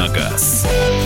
на газ».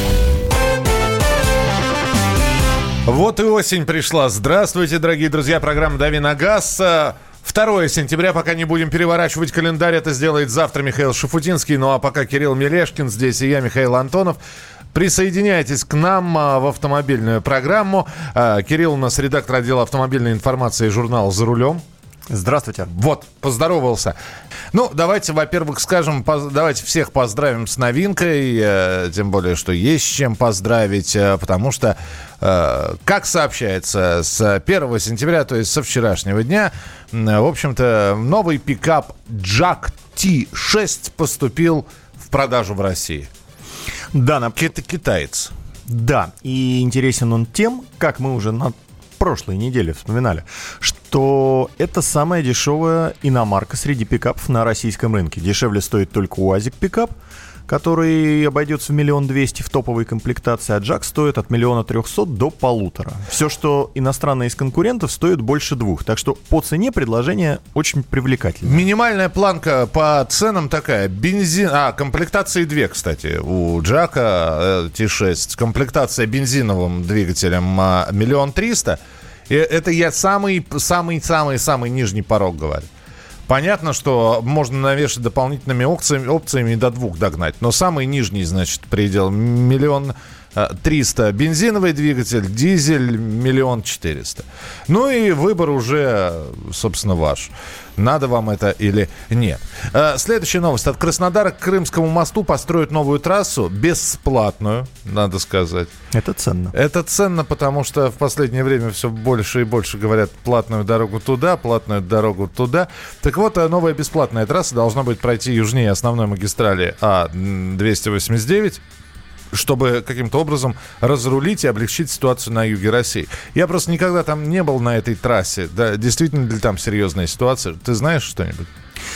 Вот и осень пришла. Здравствуйте, дорогие друзья. Программа «Дави на газ». 2 сентября, пока не будем переворачивать календарь, это сделает завтра Михаил Шафутинский. Ну а пока Кирилл Мелешкин здесь и я, Михаил Антонов. Присоединяйтесь к нам в автомобильную программу. Кирилл у нас редактор отдела автомобильной информации журнала «За рулем». Здравствуйте. Вот, поздоровался. Ну, давайте, во-первых, скажем, давайте всех поздравим с новинкой, тем более, что есть с чем поздравить, потому что, как сообщается, с 1 сентября, то есть со вчерашнего дня, в общем-то, новый пикап Jack T6 поступил в продажу в России. Да, Это китаец. Да, и интересен он тем, как мы уже на прошлой неделе вспоминали, что это самая дешевая иномарка среди пикапов на российском рынке. Дешевле стоит только УАЗик пикап, который обойдется в 1 200 000 в топовой комплектации, а Jack стоит от 1 300 000 до 1,5. Все, что иностранное из конкурентов, стоит больше 2. Так что по цене предложение очень привлекательное. Минимальная планка по ценам такая. Бензин... комплектации 2, кстати, у Jack T6. Комплектация бензиновым двигателем 1 300 000. Это я самый нижний порог говорю. Понятно, что можно навешать дополнительными опциями и до 2 догнать. Но самый нижний, значит, предел 1 300 000 бензиновый двигатель, дизель 1 400 000. Ну и выбор уже, собственно, ваш. Надо вам это или нет. Следующая новость. От Краснодара к Крымскому мосту построят новую трассу, бесплатную, надо сказать. Это ценно. Это ценно, потому что в последнее время все больше и больше говорят платную дорогу туда, платную дорогу туда. Так вот, новая бесплатная трасса должна будет пройти южнее основной магистрали А-289, чтобы каким-то образом разрулить и облегчить ситуацию на юге России. Я просто никогда там не был на этой трассе. Да, действительно ли там серьезная ситуация? Ты знаешь что-нибудь?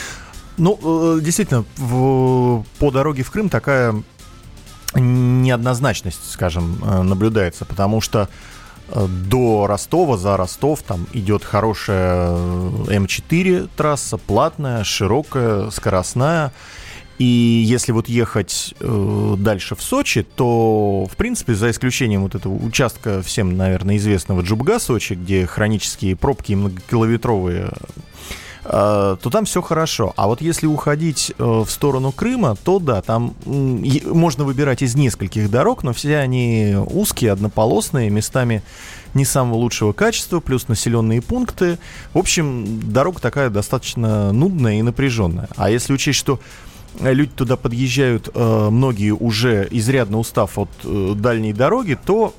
Ну, действительно, по дороге в Крым такая неоднозначность, скажем, наблюдается, потому что до Ростова, за Ростов, там идет хорошая М4 трасса, платная, широкая, скоростная. И если вот ехать дальше в Сочи, то, в принципе, за исключением вот этого участка всем, наверное, известного Джубга-Сочи, где хронические пробки и многокилометровые, то там все хорошо. А вот если уходить в сторону Крыма, то да, там можно выбирать из нескольких дорог, но все они узкие, однополосные, местами не самого лучшего качества, плюс населенные пункты. В общем, дорога такая достаточно нудная и напряженная. А если учесть, что люди туда подъезжают, многие уже изрядно устав от дальней дороги, то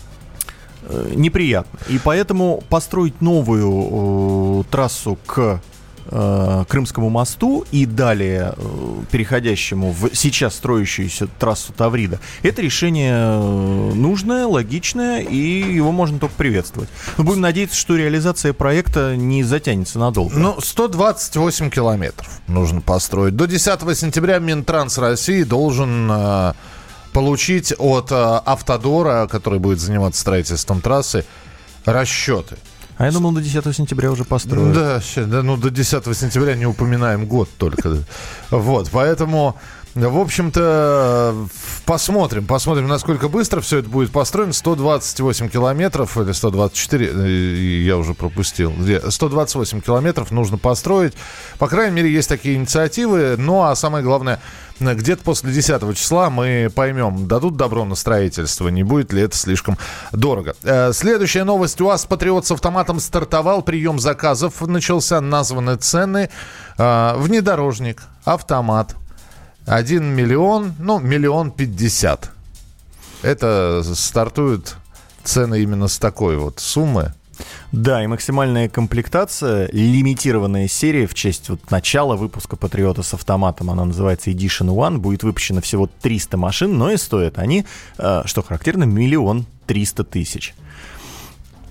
неприятно. И поэтому построить новую трассу к Крымскому мосту и далее переходящему в сейчас строящуюся трассу Таврида, это решение нужное, логичное, и его можно только приветствовать. Мы будем надеяться, что реализация проекта не затянется надолго. Ну, 128 километров нужно построить. До 10 сентября Минтранс России должен получить от Автодора, который будет заниматься строительством трассы, расчеты. А я думал, до 10 сентября уже построят. Да, ну до 10 сентября не упоминаем год только. Вот, поэтому, в общем-то, посмотрим, насколько быстро все это будет построено. 128 километров или 124, я уже пропустил. 128 километров нужно построить. По крайней мере, есть такие инициативы. Ну, а самое главное, где-то после 10 числа мы поймем, дадут добро на строительство, не будет ли это слишком дорого. Следующая новость. УАЗ «Патриот» с автоматом стартовал, прием заказов начался, названы цены. Внедорожник, автомат. 1 миллион, 1 50 000. Это стартуют цены именно с такой вот суммы. Да, и максимальная комплектация, лимитированная серия в честь вот начала выпуска «Патриота» с автоматом, она называется Edition One, будет выпущено всего 300 машин, но и стоят они, что характерно, 1 300 000.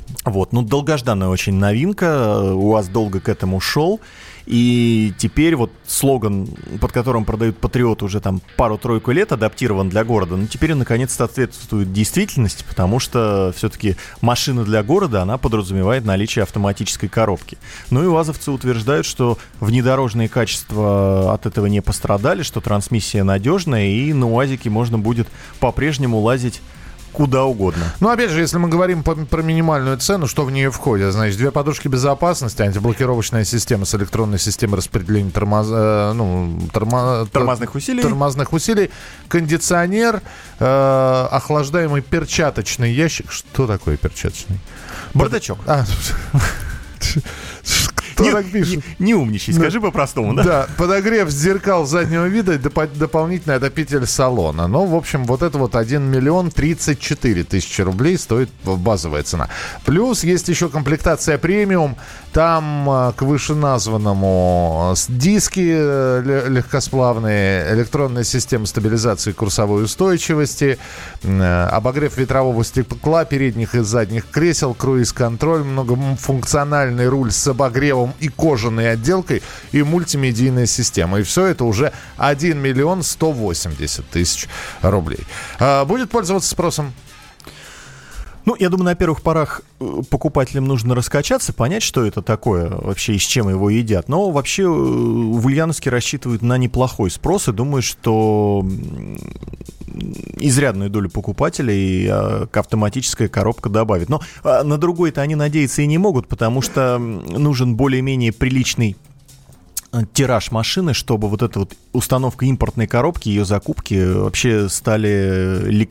Вот, ну, долгожданная очень новинка, УАЗ долго к этому шел, и теперь вот слоган, под которым продают Патриот уже там пару-тройку лет, адаптирован для города, но теперь он наконец-то соответствует действительности, потому что все-таки машина для города, она подразумевает наличие автоматической коробки. Ну и УАЗовцы утверждают, что внедорожные качества от этого не пострадали, что трансмиссия надежная, и на УАЗике можно будет по-прежнему лазить куда угодно. Ну, опять же, если мы говорим про минимальную цену, что в нее входит? Значит, 2 подушки безопасности, антиблокировочная система с электронной системой распределения тормозных усилий, кондиционер, охлаждаемый перчаточный ящик. Что такое перчаточный? Бардачок. Не умничай, скажи по-простому, да? Да, подогрев зеркал заднего вида и дополнительный отопитель салона. Ну, в общем, вот это вот 1 миллион 34 тысячи рублей стоит базовая цена. Плюс есть еще комплектация премиум. Там к вышеназванному диски легкосплавные, электронная система стабилизации курсовой устойчивости, обогрев ветрового стекла передних и задних кресел, круиз-контроль, многофункциональный руль с обогревом и кожаной отделкой и мультимедийная система. И все это уже 1 миллион 180 тысяч рублей. Будет пользоваться спросом? Ну, я думаю, на первых порах покупателям нужно раскачаться, понять, что это такое вообще и с чем его едят. Но вообще в Ульяновске рассчитывают на неплохой спрос и думаю, что изрядную долю покупателей автоматическая коробка добавит. Но на другой-то они надеяться и не могут, потому что нужен более-менее приличный тираж машины, чтобы вот эта вот установка импортной коробки, ее закупки вообще стали...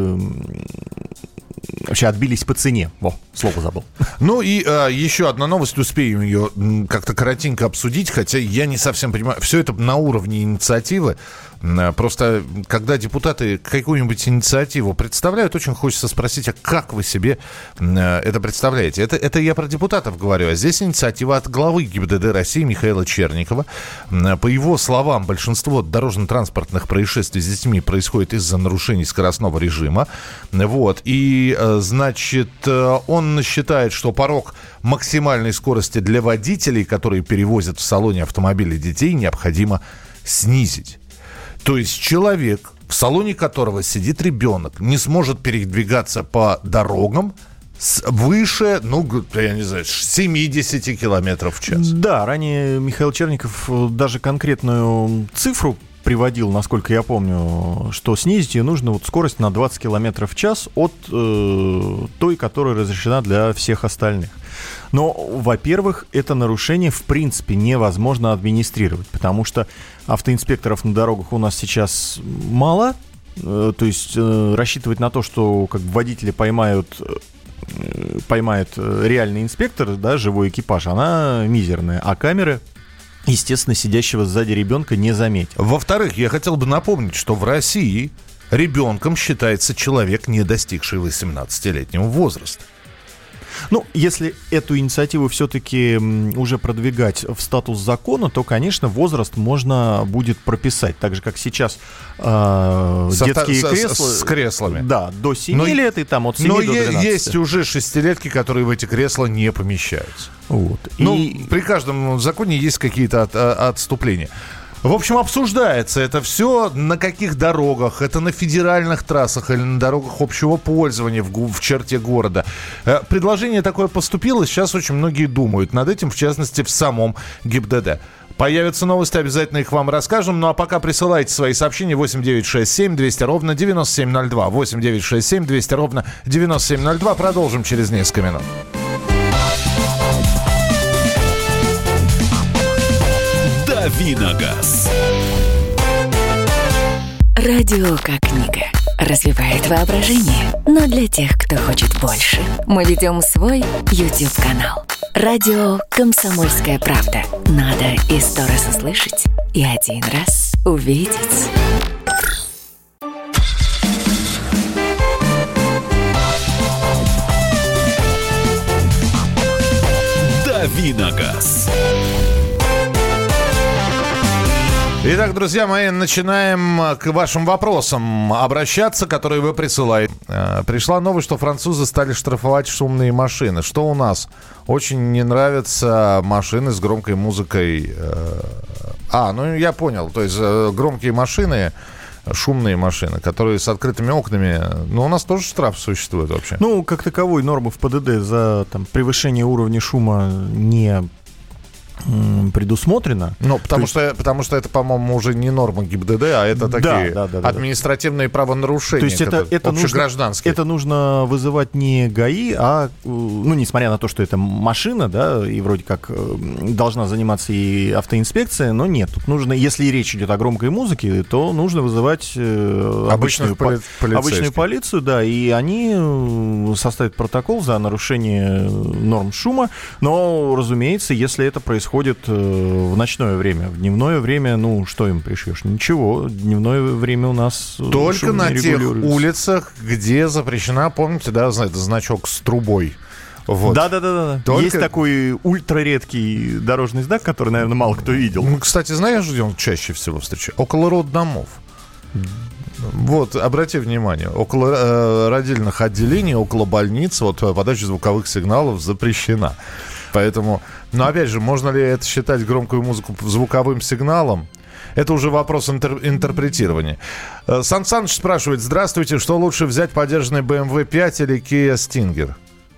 Вообще отбились по цене. Слово забыл. Ну и еще одна новость. Успеем ее как-то коротенько обсудить. Хотя я не совсем понимаю. Все это на уровне инициативы. Просто когда депутаты какую-нибудь инициативу представляют, очень хочется спросить, а как вы себе это представляете? Это я про депутатов говорю. А здесь инициатива от главы ГИБДД России Михаила Черникова. По его словам, большинство дорожно-транспортных происшествий с детьми происходит из-за нарушений скоростного режима. Вот. И, значит, он считает, что порог максимальной скорости для водителей, которые перевозят в салоне автомобиля детей, необходимо снизить. То есть человек, в салоне которого сидит ребенок, не сможет передвигаться по дорогам выше, я не знаю, 70 километров в час. Да, ранее Михаил Черников даже конкретную цифру приводил, насколько я помню, что снизить ее нужно скорость на 20 километров в час от той, которая разрешена для всех остальных. Но, во-первых, это нарушение в принципе невозможно администрировать, потому что автоинспекторов на дорогах у нас сейчас мало. То есть рассчитывать на то, что водители поймает реальный инспектор, да, живой экипаж, она мизерная, а камеры, естественно, сидящего сзади ребенка не заметят. Во-вторых, я хотел бы напомнить, что в России ребенком считается человек, не достигший 18-летнего возраста. Ну, если эту инициативу все-таки уже продвигать в статус закона, то, конечно, возраст можно будет прописать. Так же, как сейчас детские кресла... С креслами. Да, до 7 лет и там от 7 до 12. Но есть уже шестилетки, которые в эти кресла не помещаются. Вот. При каждом законе есть какие-то отступления. В общем, обсуждается это все, на каких дорогах, это на федеральных трассах или на дорогах общего пользования в черте города. Предложение такое поступило, сейчас очень многие думают над этим, в частности, в самом ГИБДД. Появятся новости, обязательно их вам расскажем. Ну а пока присылайте свои сообщения 8967 200 ровно 9702. 8967 200 ровно 9702. Продолжим через несколько минут. Давиногаз. Радио как книга. Развивает воображение. Но для тех, кто хочет больше. Мы ведем свой YouTube-канал. Радио «Комсомольская правда». Надо и 100 раз услышать, и 1 раз увидеть. Давиногаз. Итак, друзья мои, начинаем к вашим вопросам обращаться, которые вы присылаете. Пришла новость, что французы стали штрафовать шумные машины. Что у нас? Очень не нравятся машины с громкой музыкой. Ну я понял. То есть громкие машины, шумные машины, которые с открытыми окнами. Но у нас тоже штраф существует вообще. Ну, как таковой нормы в ПДД за превышение уровня шума не предусмотрено. Ну, потому что это, по-моему, уже не норма ГИБДД, а это такие административные правонарушения. То есть это общегражданские. Это нужно вызывать не ГАИ, а, несмотря на то, что это машина, да, и вроде как должна заниматься и автоинспекция, но нет. Тут нужно, если речь идет о громкой музыке, то нужно вызывать обычную полицию, да, и они составят протокол за нарушение норм шума, но, разумеется, если это происходит в ночное время. В дневное время, что им пришьешь? Ничего. Дневное время у нас только на тех улицах, где запрещена, помните, да, значок с трубой. Вот. Да. Только... Есть такой ультраредкий дорожный знак, который, наверное, мало кто видел. Кстати, знаешь, где он чаще всего встречается? Около роддомов. Вот, обрати внимание, около родильных отделений, около больниц, подача звуковых сигналов запрещена. Поэтому, опять же, можно ли это считать громкую музыку звуковым сигналом? Это уже вопрос интерпретирования. Сан Саныч спрашивает: здравствуйте, что лучше взять, подержанный BMW 5 или Kia Stinger?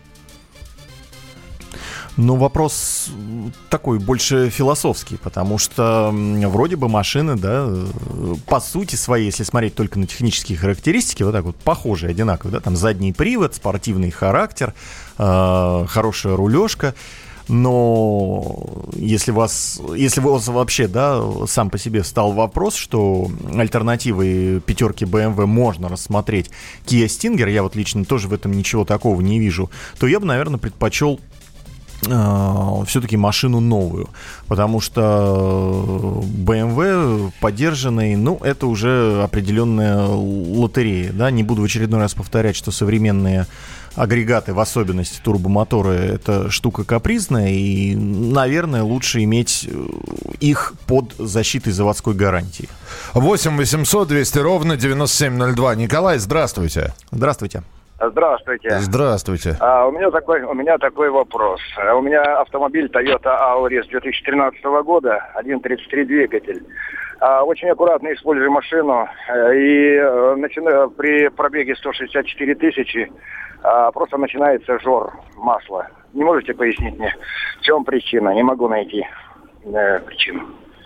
Вопрос такой больше философский, потому что вроде бы машины, да, по сути своей, если смотреть только на технические характеристики, вот так вот похожие, одинаковые, да, там задний привод, спортивный характер, хорошая рулежка. Но если у вас вообще, да, сам по себе встал вопрос, что альтернативой пятерки BMW можно рассмотреть Kia Stinger, я лично тоже в этом ничего такого не вижу, то я бы, наверное, предпочел все-таки машину новую, потому что BMW подержанный, это уже определенная лотерея, да, не буду в очередной раз повторять, что современные агрегаты, в особенности турбомоторы, это штука капризная, и, наверное, лучше иметь их под защитой заводской гарантии. 8 800 200 ровно 9702. Николай, здравствуйте. Здравствуйте. Здравствуйте. Здравствуйте. У меня такой вопрос. У меня автомобиль Toyota Auris 2013 года, 1.33 двигатель. Очень аккуратно использую машину, и при пробеге 164 тысячи просто начинается жор масла. Не можете пояснить мне, в чем причина? Не могу найти причину.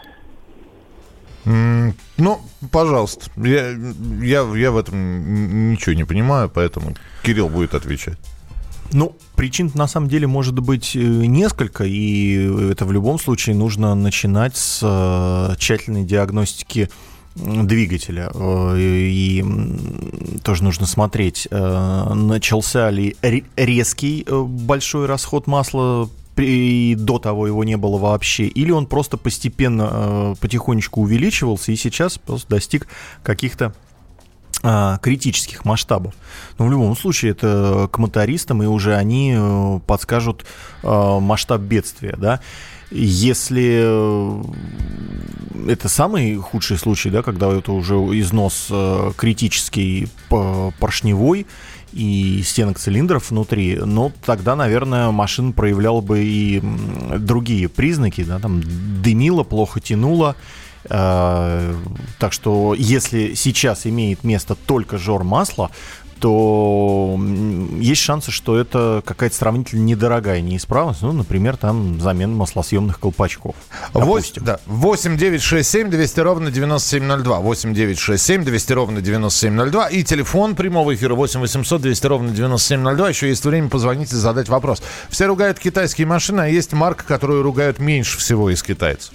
Пожалуйста. Я в этом ничего не понимаю, поэтому Кирилл будет отвечать. Причин на самом деле может быть несколько, и это в любом случае нужно начинать с тщательной диагностики двигателя. И тоже нужно смотреть, начался ли резкий большой расход масла, и до того его не было вообще, или он просто постепенно, потихонечку увеличивался и сейчас просто достиг каких-то критических масштабов. Но в любом случае это к мотористам, и уже они подскажут масштаб бедствия, да. Если это самый худший случай, да, когда это уже износ критический поршневой и стенок цилиндров внутри, тогда, наверное, машина проявляла бы и другие признаки, да, там дымила, плохо тянула. Так что если сейчас имеет место только жор масла, то есть шансы, что это какая-то сравнительно недорогая неисправность, например, там замена маслосъемных колпачков. 8 967 200 ровно 9702. 8 967 200 ровно 9702. И телефон прямого эфира 8 800 200 ровно 9702. Еще есть время позвонить и задать вопрос. Все ругают китайские машины, а есть марка, которую ругают меньше всего из китайцев.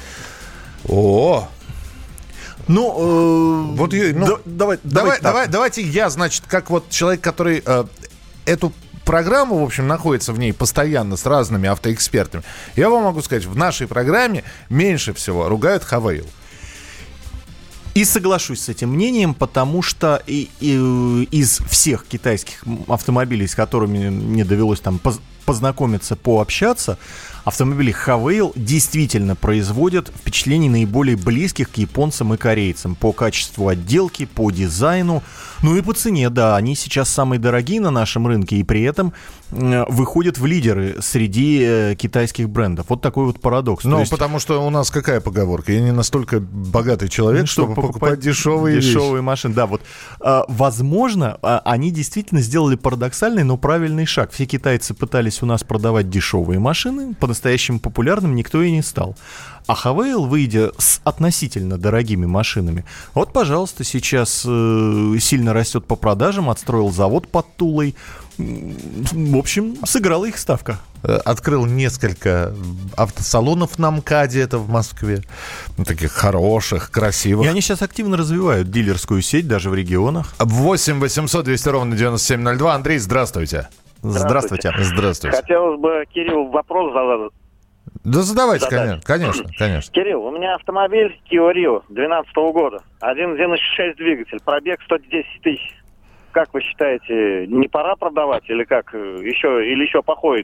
Давайте я, значит, как человек, который эту программу, в общем, находится в ней постоянно с разными автоэкспертами, я вам могу сказать, в нашей программе меньше всего ругают Хавейл. И соглашусь с этим мнением, потому что из всех китайских автомобилей, с которыми мне довелось там познакомиться, пообщаться, автомобили Havail действительно производят впечатление наиболее близких к японцам и корейцам по качеству отделки, по дизайну, ну и по цене, да, они сейчас самые дорогие на нашем рынке и при этом выходят в лидеры среди китайских брендов. Вот такой вот парадокс. Ну, потому что у нас какая поговорка? Я не настолько богатый человек, чтобы покупать дешевые машины. Да, вот, возможно, они действительно сделали парадоксальный, но правильный шаг. Все китайцы пытались у нас продавать дешевые машины, по-настоящему популярным никто и не стал. А Havail, выйдя с относительно дорогими машинами, вот, пожалуйста, сейчас сильно растет по продажам, отстроил завод под Тулой. В общем, сыграла их ставка. Открыл несколько автосалонов на МКАДе, это в Москве. Таких хороших, красивых. И они сейчас активно развивают дилерскую сеть даже в регионах. 8 800 200 ровно 9702. Андрей, здравствуйте. Здравствуйте. Здравствуйте. Хотелось бы, Кирилл, вопрос задать. Да задавайте, конечно. Кирилл, у меня автомобиль Kia Rio 2012 года. 1.6 двигатель, пробег 110 тысяч. Как вы считаете, не пора продавать или как? Еще походит?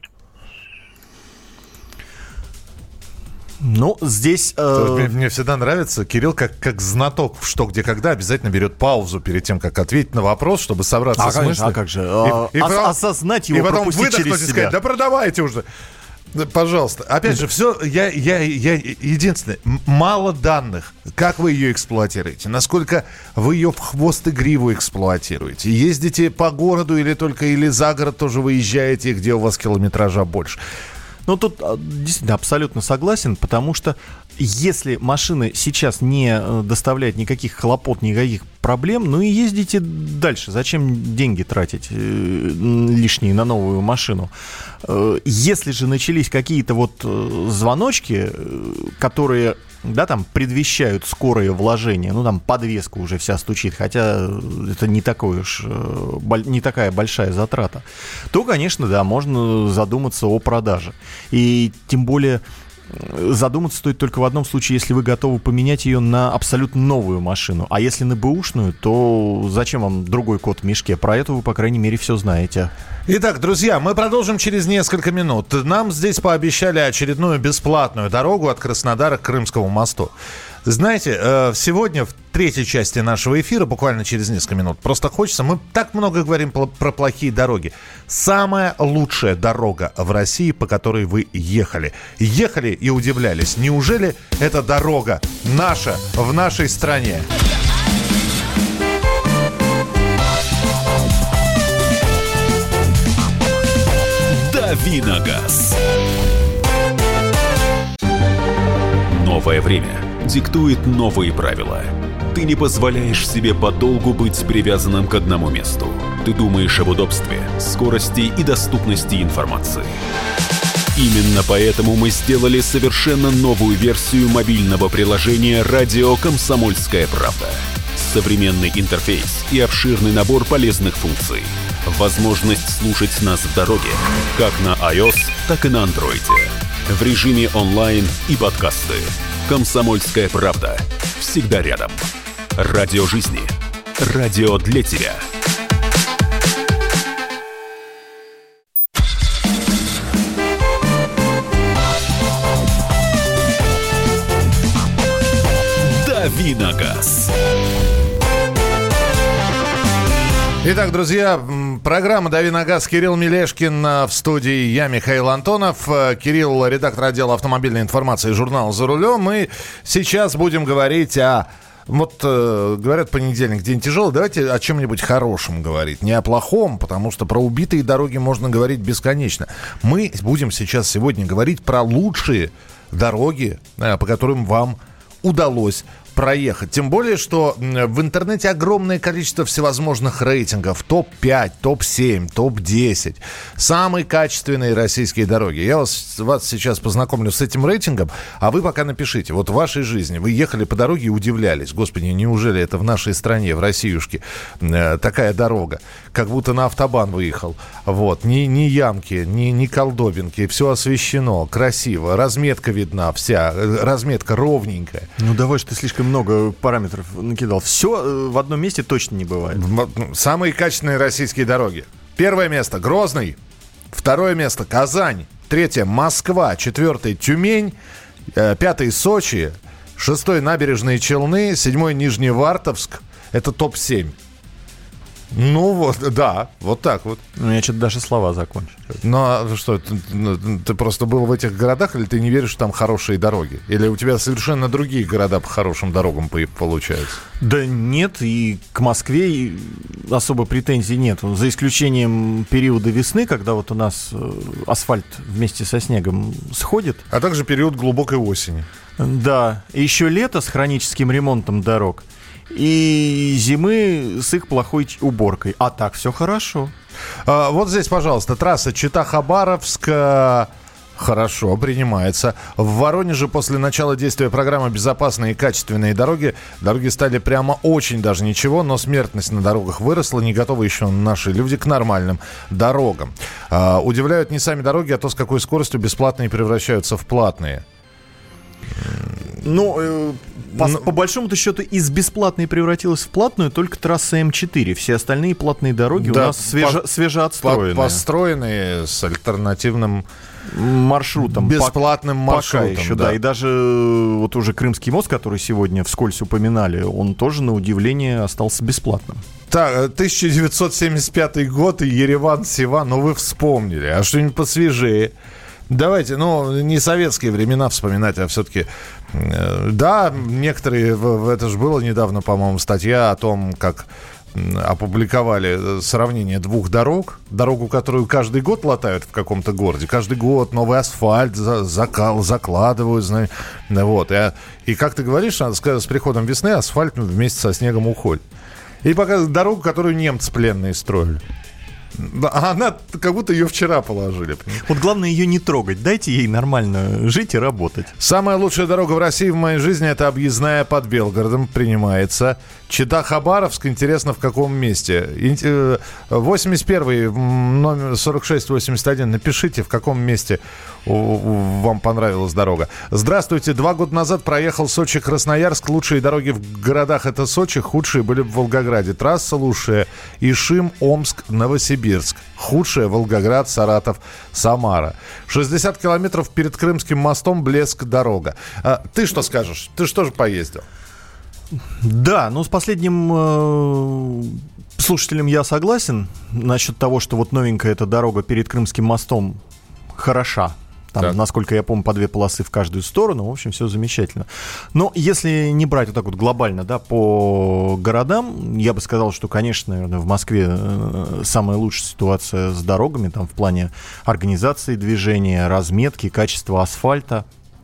Ну, здесь... Мне всегда нравится, Кирилл, как знаток в «Что, где, когда» обязательно берет паузу перед тем, как ответить на вопрос, чтобы собраться с мыслями. А как же? Осознать его, пропустить через себя. И потом выдохнуть и сказать, да продавайте уже. Пожалуйста. Опять же, все, я единственное, мало данных. Как вы ее эксплуатируете? Насколько вы ее в хвост и гриву эксплуатируете? Ездите по городу или за город тоже выезжаете, где у вас километража больше? Ну, тут действительно абсолютно согласен, потому что если машина сейчас не доставляет никаких хлопот, никаких проблем, ну и ездите дальше. Зачем деньги тратить лишние на новую машину? Если же начались какие-то вот звоночки, которые, да, там предвещают скорое вложение, ну там подвеска уже вся стучит, хотя это не такая большая затрата, то, конечно, да, можно задуматься о продаже. И тем более задуматься стоит только в одном случае, если вы готовы поменять ее на абсолютно новую машину. А если на бэушную, то зачем вам другой кот в мешке? Про это вы, по крайней мере, все знаете. Итак, друзья, мы продолжим через несколько минут. Нам здесь пообещали очередную бесплатную дорогу от Краснодара к Крымскому мосту. Знаете, сегодня в третьей части нашего эфира, буквально через несколько минут, просто хочется, мы так много говорим про плохие дороги. Самая лучшая дорога в России, по которой вы ехали. Ехали и удивлялись. Неужели эта дорога наша, в нашей стране? Давиногаз. Новое время диктует новые правила. Ты не позволяешь себе подолгу быть привязанным к одному месту. Ты думаешь об удобстве, скорости и доступности информации. Именно поэтому мы сделали совершенно новую версию мобильного приложения «Радио Комсомольская правда». Современный интерфейс и обширный набор полезных функций. Возможность слушать нас в дороге, как на iOS, так и на Android. В режиме онлайн и подкасты. «Комсомольская правда». Всегда рядом. Радио жизни. Радио для тебя. Давиногаз. Итак, друзья, программа «Дави на газ», Кирилл Мелешкин в студии, я Михаил Антонов. Кирилл, редактор отдела автомобильной информации журнала «За рулем». Мы сейчас будем говорить о... Вот, говорят, понедельник день тяжелый, давайте о чем-нибудь хорошем говорить, не о плохом, потому что про убитые дороги можно говорить бесконечно. Мы будем сегодня говорить про лучшие дороги, по которым вам удалось проехать. Тем более, что в интернете огромное количество всевозможных рейтингов. Топ-5, топ-7, топ-10. Самые качественные российские дороги. Я вас сейчас познакомлю с этим рейтингом, а вы пока напишите. Вот в вашей жизни вы ехали по дороге и удивлялись. Господи, неужели это в нашей стране, в Россиюшке, такая дорога? Как будто на автобан выехал. Вот. Ни ямки, ни колдобинки. Все освещено, красиво. Разметка видна вся. Разметка ровненькая. Ну, давай, что ты слишком много параметров накидал. Все в одном месте точно не бывает. Самые качественные российские дороги. Первое место. Грозный. Второе место Казань. Третье Москва. Четвертое Тюмень. Пятое Сочи. Шестой Набережные Челны. Седьмой Нижневартовск. Это топ-7. Ну вот, да, вот так вот. У меня что-то даже слова закончились. Ну а что, ты просто был в этих городах, или ты не веришь, что там хорошие дороги? Или у тебя совершенно другие города по хорошим дорогам получаются? Да нет, и к Москве особо претензий нет. За исключением периода весны, когда вот у нас асфальт вместе со снегом сходит. А также период глубокой осени. Да, и еще лето с хроническим ремонтом дорог. И зимы с их плохой уборкой. А так все хорошо. Вот здесь, пожалуйста, трасса Чита-Хабаровск. Хорошо, принимается. В Воронеже после начала действия программы «Безопасные и качественные дороги» дороги стали прямо очень даже ничего, но смертность на дорогах выросла. Не готовы еще наши люди к нормальным дорогам. Удивляют не сами дороги, а то, с какой скоростью бесплатные превращаются в платные. Ну, по большому-то счету, из бесплатной превратилась в платную только трасса М4. Все остальные платные дороги у нас свежеотстроенные. Построенные с альтернативным маршрутом. Бесплатным маршрутом. Пока еще, да. И даже вот уже Крымский мост, который сегодня вскользь упоминали, он тоже, на удивление, остался бесплатным. Так, 1975 год и Ереван-Севан, ну вы вспомнили. А что-нибудь посвежее? Давайте, не советские времена вспоминать, а все-таки... Да, некоторые... Это же было недавно, по-моему, статья о том, как опубликовали сравнение двух дорог. Дорогу, которую каждый год латают в каком-то городе. Каждый год новый асфальт закладывают. Вот. И как ты говоришь, с приходом весны асфальт вместе со снегом уходит. И пока дорогу, которую немцы пленные строили. А она, как будто ее вчера положили. Вот главное ее не трогать. Дайте ей нормально жить и работать. Самая лучшая дорога в России в моей жизни — это объездная под Белгородом. Принимается. Чита-Хабаровск. Интересно, в каком месте? 81-й, номер 4681. Напишите, в каком месте вам понравилась дорога. Здравствуйте. 2 года назад проехал Сочи-Красноярск. Лучшие дороги в городах — это Сочи. Худшие были в Волгограде. Трасса лучшая — Ишим, Омск, Новосибирск. Худшая — Волгоград, Саратов, Самара. 60 километров перед Крымским мостом Блеск дорога. Ты что скажешь? Ты что же поездил? Да, с последним слушателем я согласен насчет того, что вот новенькая эта дорога перед Крымским мостом хороша. Там, насколько я помню, по 2 полосы в каждую сторону. В общем, все замечательно. Но если не брать вот так вот глобально, да, по городам, я бы сказал, что, конечно, наверное, в Москве самая лучшая ситуация с дорогами, там, в плане организации движения, разметки, качества асфальта.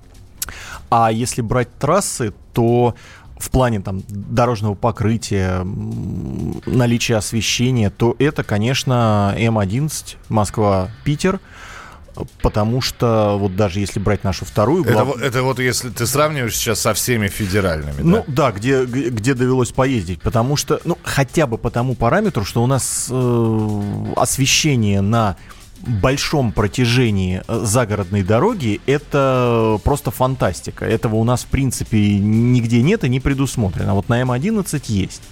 А если брать трассы, то в плане там дорожного покрытия, наличия освещения, то это, конечно, М11, Москва-Питер. Потому что вот даже если брать нашу вторую главу... Это вот если ты сравниваешь сейчас со всеми федеральными, да? Где довелось поездить. Потому что, хотя бы по тому параметру, что у нас освещение на большом протяжении загородной дороги — это просто фантастика. Этого у нас, в принципе, нигде нет и не предусмотрено. А вот на М11 есть.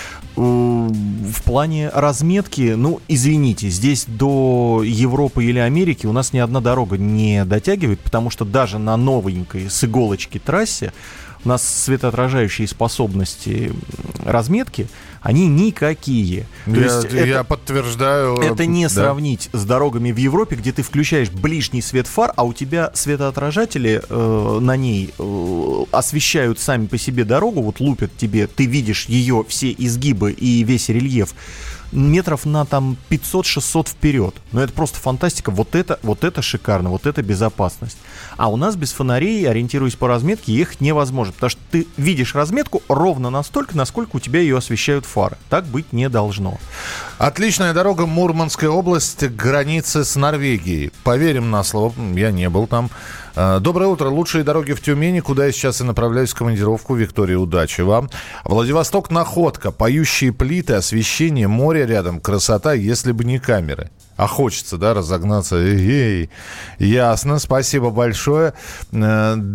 В плане разметки, извините, здесь до Европы или Америки у нас ни одна дорога не дотягивает, потому что даже на новенькой с иголочки трассе у нас светоотражающие способности разметки, они никакие. Я подтверждаю. Это не сравнить с дорогами в Европе, где ты включаешь ближний свет фар, а у тебя светоотражатели на ней освещают сами по себе дорогу, вот лупят тебе, ты видишь ее все изгибы и весь рельеф метров на там 500-600 вперед. Но это просто фантастика. Вот это шикарно, вот это безопасность. А у нас без фонарей, ориентируясь по разметке, ехать невозможно, потому что ты видишь разметку ровно настолько, насколько у тебя ее освещают фары. Так быть не должно. Отличная дорога, Мурманская область, границы с Норвегией. Поверим на слово, я не был там. Доброе утро. Лучшие дороги в Тюмени, куда я сейчас и направляюсь в командировку. Виктория, удачи вам. Владивосток, находка. Поющие плиты, освещение, море рядом. Красота, если бы не камеры. А хочется, да, разогнаться. Ясно, спасибо большое.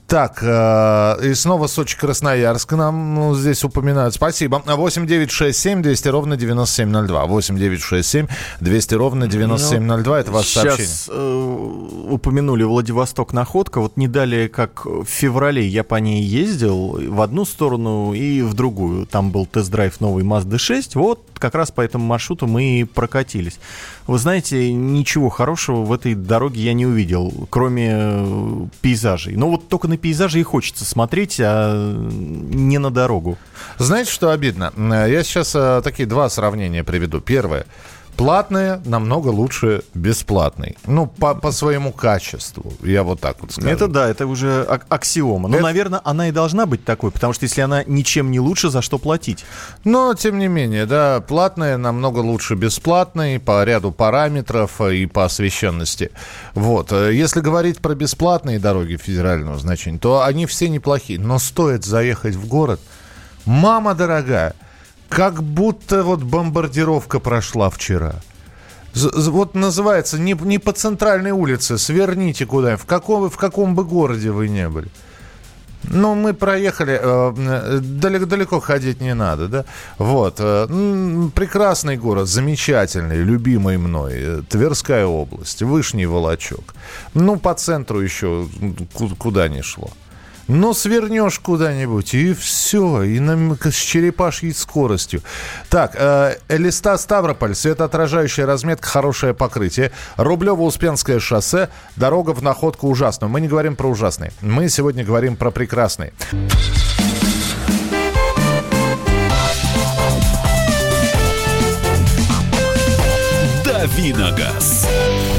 Так, и снова Сочи-Красноярск нам здесь упоминают. Спасибо. 8 9 6 7 200 ровно 9702. 8 9 6 7 200 ровно 9702. Это ваше сообщение. Сейчас упомянули Владивосток находка. Вот не далее, как в феврале я по ней ездил в одну сторону и в другую. Там был тест-драйв новой Mazda 6. Вот как раз по этому маршруту мы и прокатились. Вы знаете, ничего хорошего в этой дороге я не увидел, кроме пейзажей. Но вот только на пейзажи и хочется смотреть, а не на дорогу. Знаете, что обидно? Я сейчас такие два сравнения приведу. Первое. Платная намного лучше бесплатной. Ну, по своему качеству, я вот так вот скажу. Это да, это уже аксиома. Но, наверное, она и должна быть такой, потому что если она ничем не лучше, за что платить? Но, тем не менее, да, платная намного лучше бесплатной по ряду параметров и по освещенности. Вот. Если говорить про бесплатные дороги федерального значения, то они все неплохие. Но стоит заехать в город, мама дорогая, как будто вот бомбардировка прошла вчера. Вот называется, не по центральной улице, сверните куда-нибудь, в каком бы городе вы не были. Ну, мы проехали, далеко ходить не надо, да? Вот, прекрасный город, замечательный, любимый мной, Тверская область, Вышний Волочок. Ну, по центру еще куда ни шло. Но свернешь куда-нибудь, и все, и с черепашьей скоростью. Так, Элиста, Ставрополь, светоотражающая разметка, хорошее покрытие. Рублево-Успенское шоссе, дорога в находку ужасную. Мы не говорим про ужасные, мы сегодня говорим про прекрасные. Давиногаз.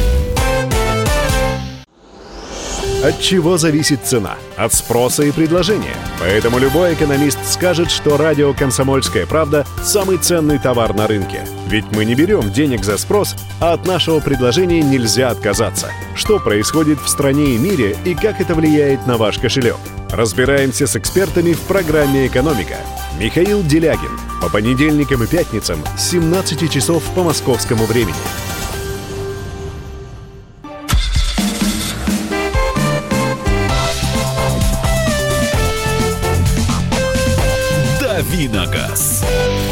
От чего зависит цена? От спроса и предложения. Поэтому любой экономист скажет, что радио «Комсомольская правда» – самый ценный товар на рынке. Ведь мы не берем денег за спрос, а от нашего предложения нельзя отказаться. Что происходит в стране и мире и как это влияет на ваш кошелек? Разбираемся с экспертами в программе «Экономика». Михаил Делягин. По понедельникам и пятницам с 17 часов по московскому времени. Давиногаз.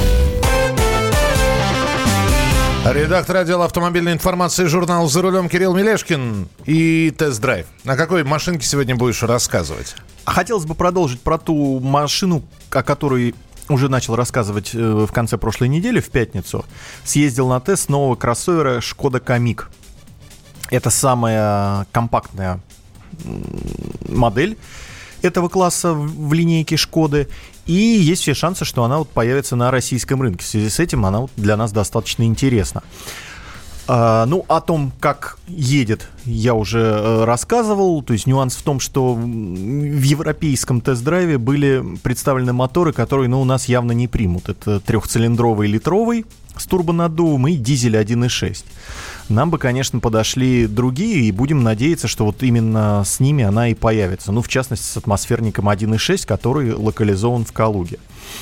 Редактор отдела автомобильной информации журнала «За рулем» Кирилл Мелешкин и тест-драйв. На какой машинке сегодня будешь рассказывать? Хотелось бы продолжить про ту машину, о которой уже начал рассказывать в конце прошлой недели, в пятницу. Съездил на тест нового кроссовера Шкода Камик. Это самая компактная модель этого класса в линейке Шкоды. И есть все шансы, что она вот появится на российском рынке. В связи с этим она вот для нас достаточно интересна. Ну, о том, как едет, я уже рассказывал. То есть нюанс в том, что в европейском тест-драйве были представлены моторы, которые, у нас явно не примут. Это трехцилиндровый литровый с турбонаддувом и дизель 1.6. Нам бы, конечно, подошли другие, и будем надеяться, что вот именно с ними она и появится. Ну, в частности, с атмосферником 1.6, который локализован в Калуге.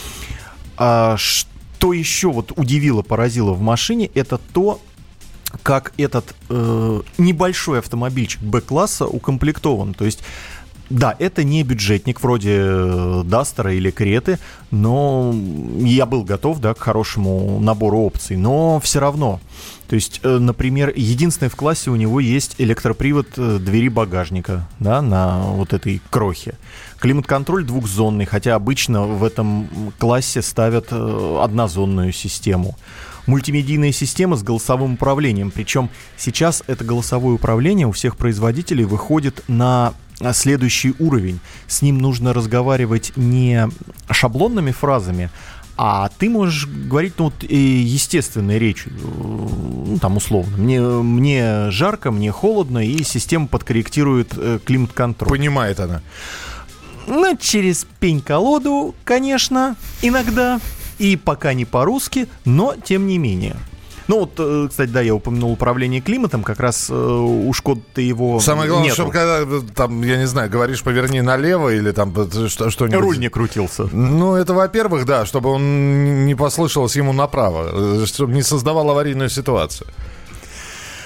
Что еще вот удивило, поразило в машине, это то, как этот небольшой автомобильчик Б-класса укомплектован. То есть, да, это не бюджетник вроде Дастера или Креты, но я был готов, да, к хорошему набору опций. Но все равно, то есть, например, единственное в классе у него есть электропривод двери багажника, да, на вот этой крохе. Климат-контроль двухзонный, хотя обычно в этом классе ставят однозонную систему. Мультимедийная система с голосовым управлением. Причем сейчас это голосовое управление у всех производителей выходит на следующий уровень. С ним нужно разговаривать не шаблонными фразами, а ты можешь говорить, естественной речью, там условно. Мне жарко, мне холодно, и система подкорректирует климат-контроль. Понимает она. Через пень-колоду, конечно, иногда. И пока не по-русски, но тем не менее. Кстати, да, я упомянул управление климатом, как раз у Шкоды-то его самое главное, нету. чтобы когда, там, я не знаю, говоришь поверни налево или там что-нибудь... Руль не крутился. Это, во-первых, да, чтобы он не послышалось ему направо, чтобы не создавал аварийную ситуацию.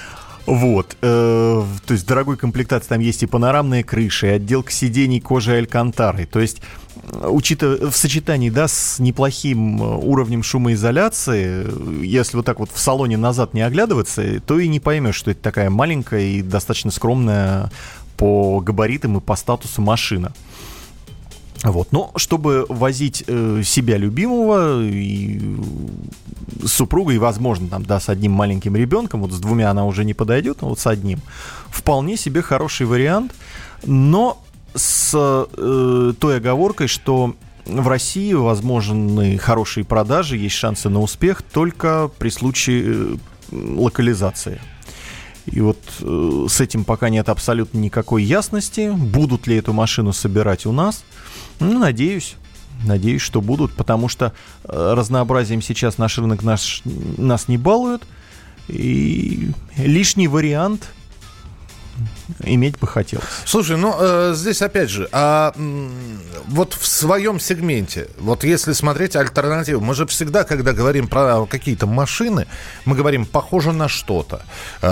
Вот. То есть в дорогой комплектации там есть и панорамные крыши, и отделка сидений кожей алькантарой. То есть, учитывая в сочетании, да, с неплохим уровнем шумоизоляции, если вот так вот в салоне назад не оглядываться, то и не поймешь, что это такая маленькая и достаточно скромная по габаритам и по статусу машина. Вот. Но чтобы возить себя любимого и с супругой, возможно, там, да, с одним маленьким ребенком, вот с двумя она уже не подойдет, но вот с одним, вполне себе хороший вариант, но с той оговоркой, что в России возможны хорошие продажи, есть шансы на успех только при случае локализации. И вот с этим пока нет абсолютно никакой ясности. Будут ли эту машину собирать у нас? Ну, надеюсь, что будут, потому что разнообразием сейчас наш рынок нас не балует. И лишний вариант иметь бы хотелось. Слушай, ну, здесь опять же, вот в своем сегменте, вот если смотреть альтернативу, мы же всегда, когда говорим про какие-то машины, мы говорим, похоже на что-то.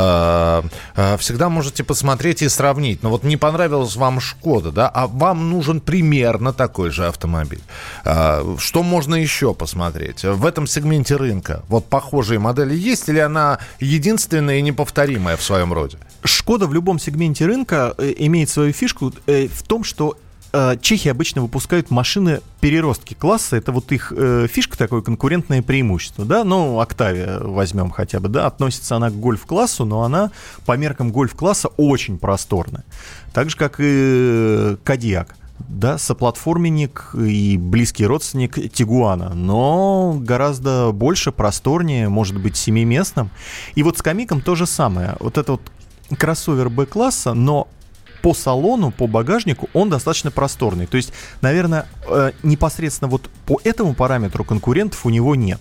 Всегда можете посмотреть и сравнить. Но вот не понравилась вам Шкода, да, а вам нужен примерно такой же автомобиль. Что можно еще посмотреть? В этом сегменте рынка вот похожие модели есть, или она единственная и неповторимая в своем роде? Шкода в любом сегменте рынка имеет свою фишку в том, что чехи обычно выпускают машины-переростки класса. Это вот их фишка, такое конкурентное преимущество. Да? Ну, Октавия возьмем хотя бы. Да? Относится она к гольф-классу, но она по меркам гольф-класса очень просторная. Так же, как и Кодиак. Да, соплатформенник и близкий родственник Тигуана, но гораздо больше, просторнее, может быть, семиместным. И вот с Камиком то же самое. Вот это вот кроссовер Б-класса, но по салону, по багажнику он достаточно просторный. То есть, наверное, непосредственно вот по этому параметру конкурентов у него нет.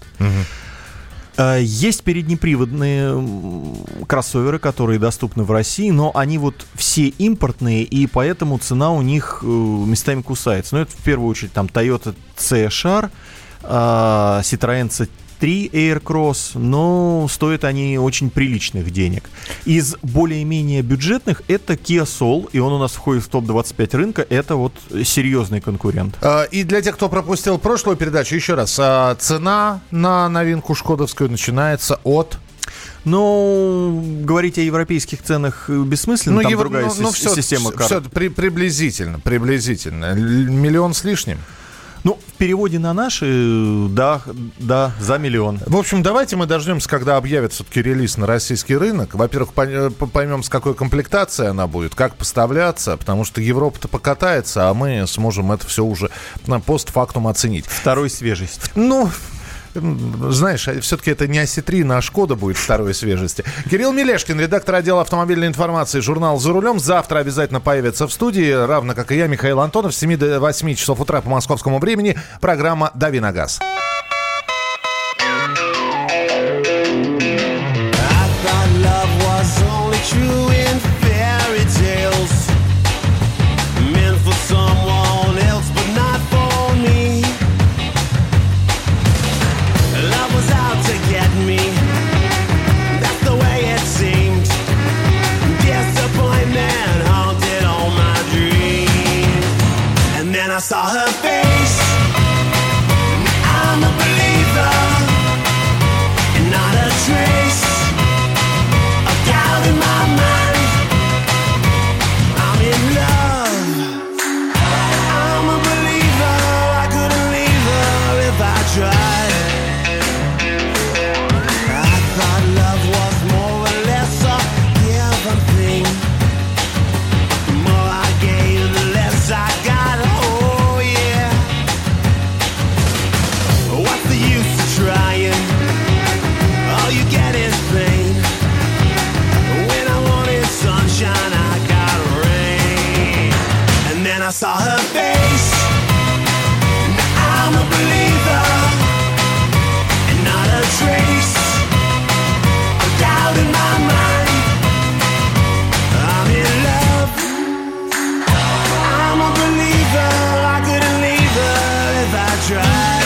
Есть переднеприводные кроссоверы, которые доступны в России, но они вот все импортные, и поэтому цена у них местами кусается. Но это в первую очередь там Toyota C-Char, Citroёn C3 Aircross, но стоят они очень приличных денег. Из более-менее бюджетных это Kia Soul, и он у нас входит в топ-25 рынка. Это вот серьезный конкурент. И для тех, кто пропустил прошлую передачу, еще раз, цена на новинку шкодовскую начинается от... Ну, говорить о европейских ценах бессмысленно, там другая система карт. Все приблизительно. Миллион с лишним. Ну, в переводе на наши, да, за миллион. В общем, давайте мы дождемся, когда объявят все-таки релиз на российский рынок. Во-первых, поймем, с какой комплектацией она будет, как поставляться, потому что Европа-то покатается, а мы сможем это все уже постфактум оценить. Второй свежести. Ну... Знаешь, все-таки это не осетрина, а Шкода будет второй свежести. Кирилл Мелешкин, редактор отдела автомобильной информации журнала «За рулем». Завтра обязательно появится в студии, равно как и я, Михаил Антонов. С 7 до 8 часов утра по московскому времени. Программа «Дави на газ». I saw her face, I'm a believer, and not a trace of doubt in my mind. I'm in love, I'm a believer, I couldn't leave her if I tried. I thought love was more or less a given thing. The more I gave, the less I got. I saw her face, I'm a believer, and not a trace of doubt in my mind. I'm in love, I'm a believer, I couldn't leave her if I tried.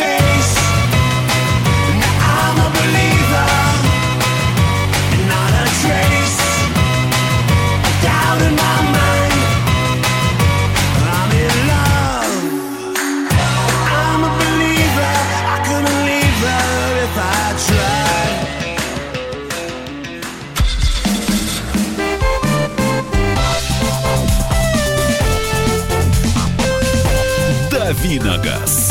trace. Now I'm a believer, not a trace of doubt in my mind. I'm in love. I'm a believer. I couldn't leave her if I tried. «Дави на газ».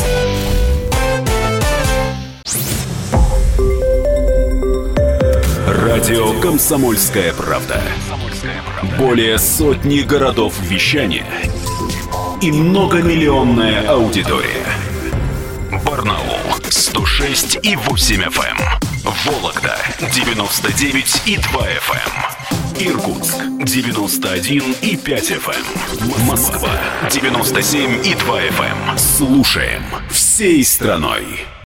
Радио «Комсомольская правда». Более сотни городов вещания и многомиллионная аудитория. Барнаул 106,8 FM. Вологда 99,2 FM. Иркутск 91,5 FM. Москва 97,2 FM. Слушаем всей страной.